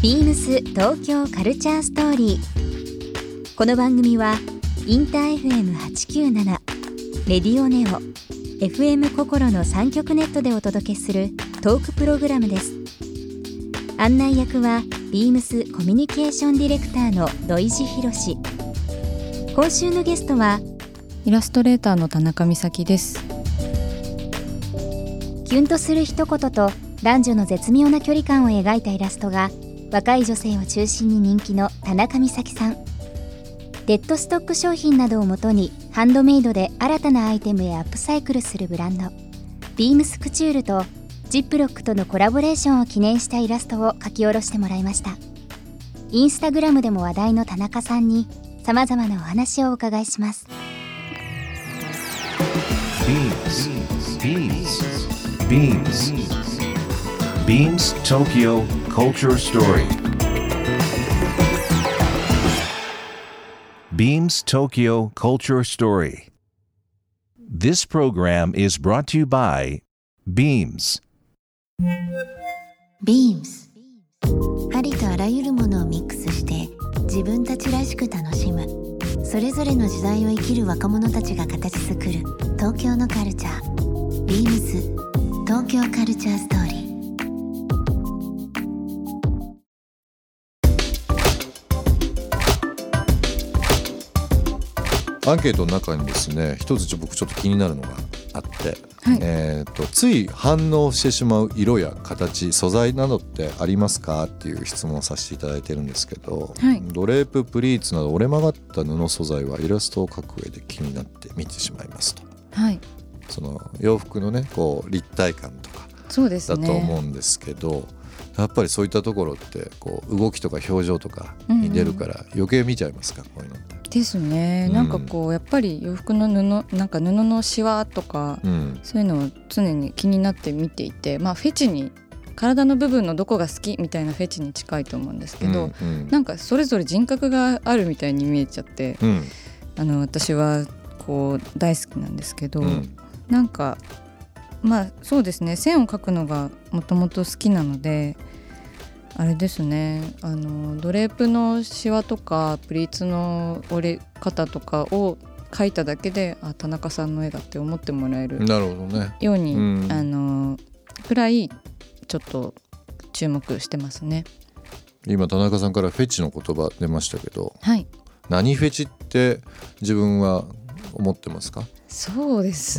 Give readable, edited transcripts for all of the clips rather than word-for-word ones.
ビームス東京カルチャーストーリー。この番組はインター FM897 レディオネオ FM 心の3極ネットでお届けするトークプログラムです。案内役はビームスコミュニケーションディレクターの土井博志。今週のゲストはイラストレーターの田中美咲です。 キュンとする一言と男女の絶妙な距離感を描いたイラストが若い女性を中心に人気の田中美咲さん。デッドストック商品などをもとにハンドメイドで新たなアイテムへアップサイクルするブランドビームスクチュールとジップロックとのコラボレーションを記念したイラストを描き下ろしてもらいました。インスタグラムでも話題の田中さんに様々なお話をお伺いします。 Beams Tokyo Culture Story. Beams Tokyo Culture Story. This program is brought to you by Beams. Beams ありとあらゆるものをミックスして自分たちらしく楽しむ、それぞれの時代を生きる若者たちが形作る東京のカルチャー。 Beams 東京カルチャーストーリー。 アンケートの中にですね、一つ僕ちょっと気になるのがあって、 はい、 つい反応してしまう色や形、素材などってありますかっていう質問をさせていただいてるんですけど、 はい、 ドレープ、プリーツなど折れ曲がった布素材はイラストを描く上で気になって見てしまいますと、 はい、 その洋服のねこう立体感とかそうですね、 だと思うんですけど、やっぱりそういったところってこう動きとか表情とかに出るから余計見ちゃいますか、こういうのって。 ですね、なんかこうやっぱり洋服のなんか布のシワとか、そういうのを常に気になって見ていて、フェチに体の部分のどこが好きみたいなフェチに近いと思うんですけど、なんかそれぞれ人格があるみたいに見えちゃって、私はこう大好きなんですけど、なんかそうですね、線を描くのがもともと好きなので、あれですね、ドレープのシワとかプリーツの折れ方とかを描いただけで、田中さんの絵だって思ってもらえるように、くらいちょっと注目してますね。 今田中さんからフェチの言葉出ましたけど、 はい、 何フェチって自分は思ってますか？ そうです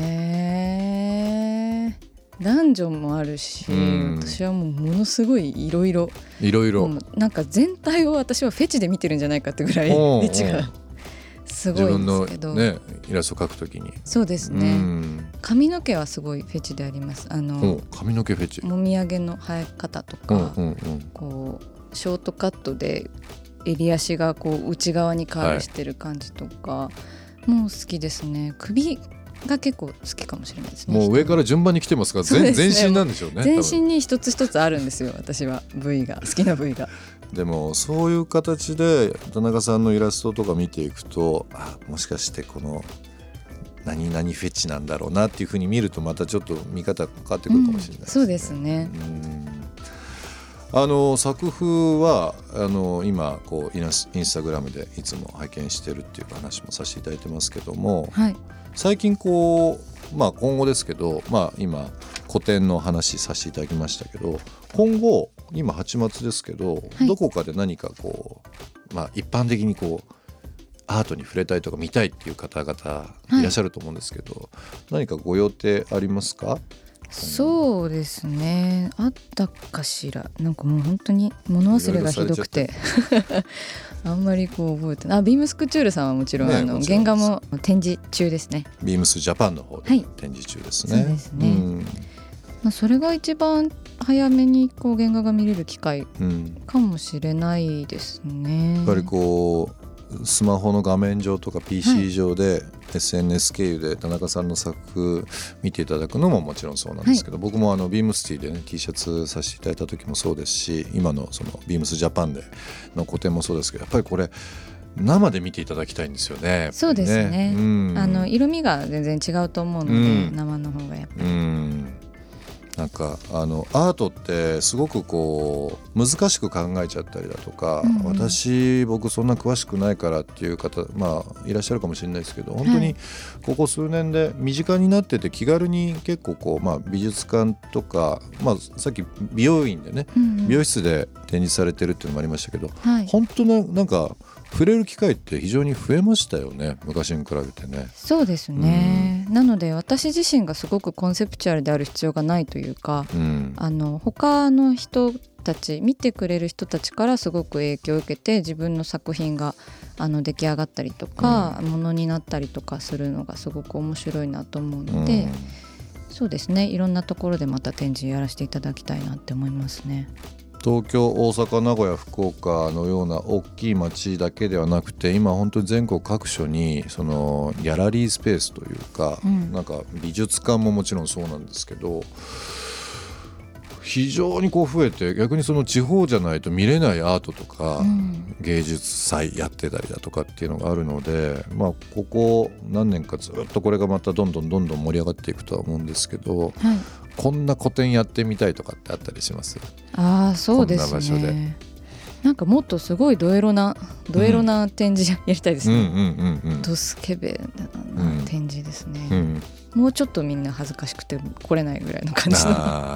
ね、男女もあるし、私はものすごいいろいろなんか全体を私はフェチで見てるんじゃないかってぐらいフェチがすごいんですけど、 自分の、ね、イラスト描くときに。 そうですね、髪の毛はすごいフェチであります。髪の毛フェチ、 もみあげの生え方とか、こうショートカットで襟足がこう内側にカールしてる感じとか、もう好きですね。首が結構好きかもしれないですね。 もう上から順番に来てますから、全身なんでしょうね。 全身に一つ一つあるんですよ、私は部位が好きな部位が。 でもそういう形で田中さんのイラストとか見ていくと、もしかしてこの何々フェチなんだろうなっていう風に見ると、またちょっと見方変わってくるかもしれないですね。 そうですね。 作風は今こうインスタグラムでいつも拝見してるっていう話もさせていただいてますけども、最近こう、今後ですけど、今個展の話させていただきましたけど、今後今8月ですけど、どこかで何かこう、一般的にこうアートに触れたいとか見たいっていう方々いらっしゃると思うんですけど、何かご予定ありますか？ そうですね、あったかしら。なんかもう本当に物忘れがひどくてあんまりこう覚えてない。ビームスクチュールさんはもちろん、原画も展示中ですね。 ビームスジャパンの方で展示中ですね。 そうですね、それが一番早めにこう原画が見れる機会かもしれないですね。 やっぱりこうスマホの画面上とか PC 上で、SNS 経由で田中さんの作見ていただくのももちろんそうなんですけど、僕もビームスティでね T シャツさせていただいた時もそうですし、今のそのビームスジャパンでの個展もそうですけど、やっぱりこれ生で見ていただきたいんですよね。 そうですね、色味が全然違うと思うので、生の方がやっぱり、 なんかアートってすごくこう難しく考えちゃったりだとか、僕そんな詳しくないからっていう方、いらっしゃるかもしれないですけど、本当にここ数年で身近になってて気軽に結構こう、美術館とか、さっき美容院でね、美容室で展示されてるっていうのもありましたけど、本当になんか触れる機会って非常に増えましたよね、昔に比べてね。 そうですね、なので私自身がすごくコンセプチュアルである必要がないというか、他の人たち、見てくれる人たちからすごく影響を受けて自分の作品が出来上がったりとか、ものになったりとかするのがすごく面白いなと思うので、そうですね、いろんなところでまた展示やらせていただきたいなって思いますね。 東京、大阪、名古屋、福岡のような大きい街だけではなくて、今本当に全国各所にそのギャラリースペースというか、なんか美術館ももちろんそうなんですけど、非常にこう増えて、逆にその地方じゃないと見れないアートとか、芸術祭やってたりだとかっていうのがあるので、ここ何年かずっとこれがまたどんどん盛り上がっていくとは思うんですけど、こんな個展やってみたいとかってあったりします？ そうですね、こんな場所でなんかもっとすごいドエロな展示やりたいですね。ドスケベな展示ですね、もうちょっとみんな恥ずかしくて来れないぐらいの感じの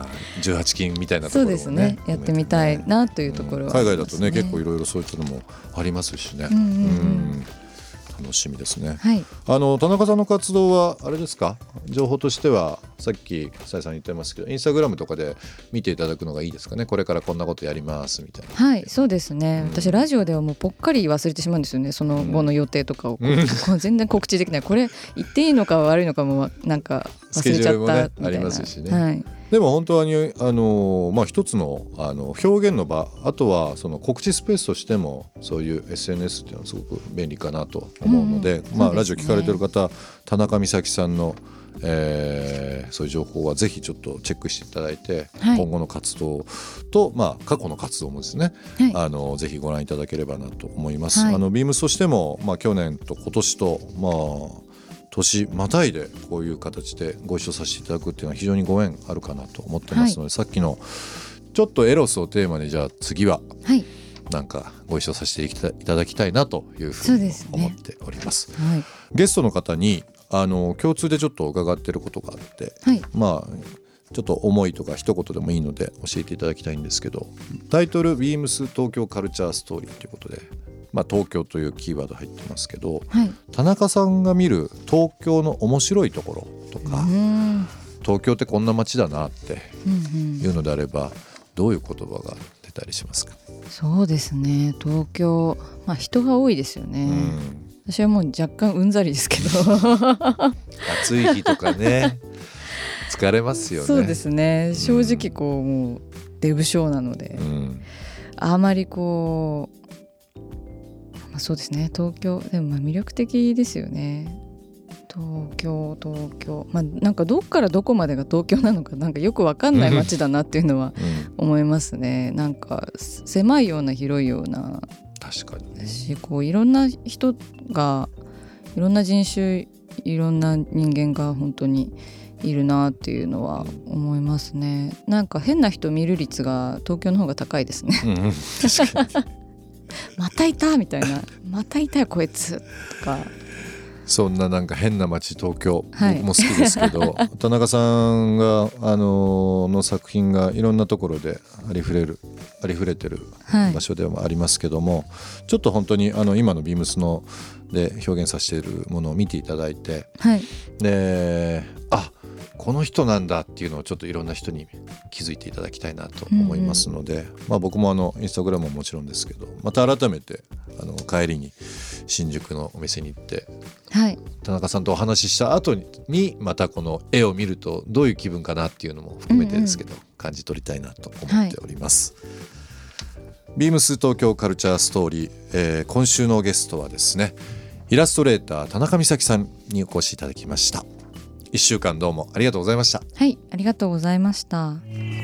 18金みたいなところを、 そうですね、やってみたいなというところは、 海外だとね結構いろいろそういったのもありますしね、楽しみですね、田中さんの活動はあれですか、情報としてはさっきさやさん言ってますけど、インスタグラムとかで見ていただくのがいいですかね。これからこんなことやりますみたいな。 そうですね、私ラジオではもうぽっかり忘れてしまうんですよね、その後の予定とかを、全然告知できない、これ言っていいのか悪いのかもなんか忘れちゃったみたいな、 ありますしね、でも本当に一つの表現の場、あとはその告知スペースとしてもそういう SNS っていうのはすごく便利かなと思うので、ラジオ聞かれてる方、田中美咲さんのそういう情報はぜひちょっとチェックしていただいて、今後の活動と、過去の活動もですね、ぜひご覧いただければなと思います。ビームスとしても、去年と今年と年またいでこういう形でご一緒させていただくっていうのは非常にご縁あるかなと思ってますので、さっきのちょっとエロスをテーマに、じゃあ次はなんかご一緒させていただきたいなというふうに思っております。ゲストの方に共通でちょっと伺っていることがあって、ちょっと思いとか一言でもいいので教えていただきたいんですけど、タイトルビームス東京カルチャーストーリーということで、東京というキーワード入ってますけど、田中さんが見る東京の面白いところとか、東京ってこんな街だなっていうのであれば、どういう言葉が出たりしますか？ そうですね、東京、人が多いですよね、私はもう若干うんざりですけど暑い日とかね疲れますよね。 そうですね、正直こうもうデブ症なので、あまりこうそうですね、東京でも魅力的ですよね。東京、なんかどっからどこまでが東京なのか、なんかよく分かんない街だなっていうのは思いますね。なんか狭いような広いような、 確かにね、 こういろんな人が、いろんな人種、いろんな人間が本当にいるなっていうのは思いますね。なんか変な人見る率が東京の方が高いですね、 確かにまたいたみたいな、またいたよこいつとか、 そんななんか変な街東京、僕も好きですけど田中さんがの作品がいろんなところでありふれてる場所でもありますけども、ちょっと本当に今のビームスので表現させているものを見ていただいて、でこの人なんだっていうのをちょっといろんな人に気づいていただきたいなと思いますので、僕もインスタグラムももちろんですけど、また改めて帰りに新宿のお店に行って、田中さんとお話しした後にまたこの絵を見るとどういう気分かなっていうのも含めてですけど、感じ取りたいなと思っております。ビームス東京カルチャーストーリー、今週のゲストはですね、イラストレーター田中美咲さんにお越しいただきました。1週間どうもありがとうございました。 はい、ありがとうございました。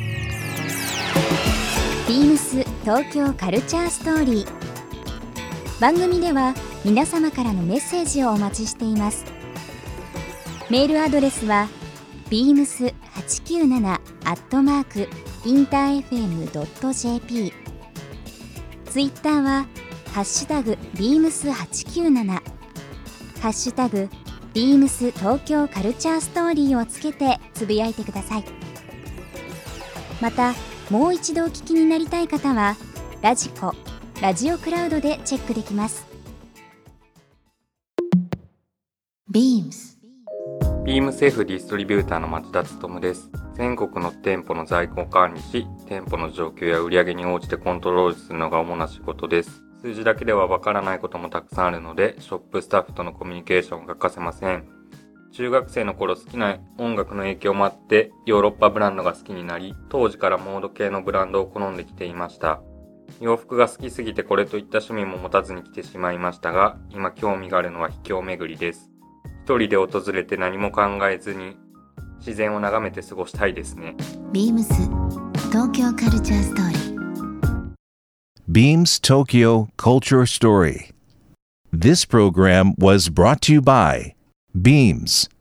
ビームス東京カルチャーストーリー、番組では皆様からのメッセージをお待ちしています。メールアドレスは beams8 beams897@interfm.jp。 ツイッターはハッシュタグ beams897、 ハッシュタグ beams 東京カルチャーストーリーをつけてつぶやいてください。またもう一度お聞きになりたい方はラジコ、ラジオクラウドでチェックできます。 beams beams-F ディストリビューターの町田勉です。全国の店舗の在庫を管理し、店舗の状況や売上に応じてコントロールするのが主な仕事です。数字だけではわからないこともたくさんあるので、ショップスタッフとのコミュニケーションが欠かせません。中学生の頃好きな音楽の影響もあってヨーロッパブランドが好きになり、当時からモード系のブランドを好んできていました。洋服が好きすぎてこれといった趣味も持たずに来てしまいましたが、今興味があるのは秘境巡りです。一人で訪れて何も考えずに自然を眺めて過ごしたいですね。 beams 東京カルチャーストーリー Beams Tokyo Culture Story. This program was brought to you by Beams.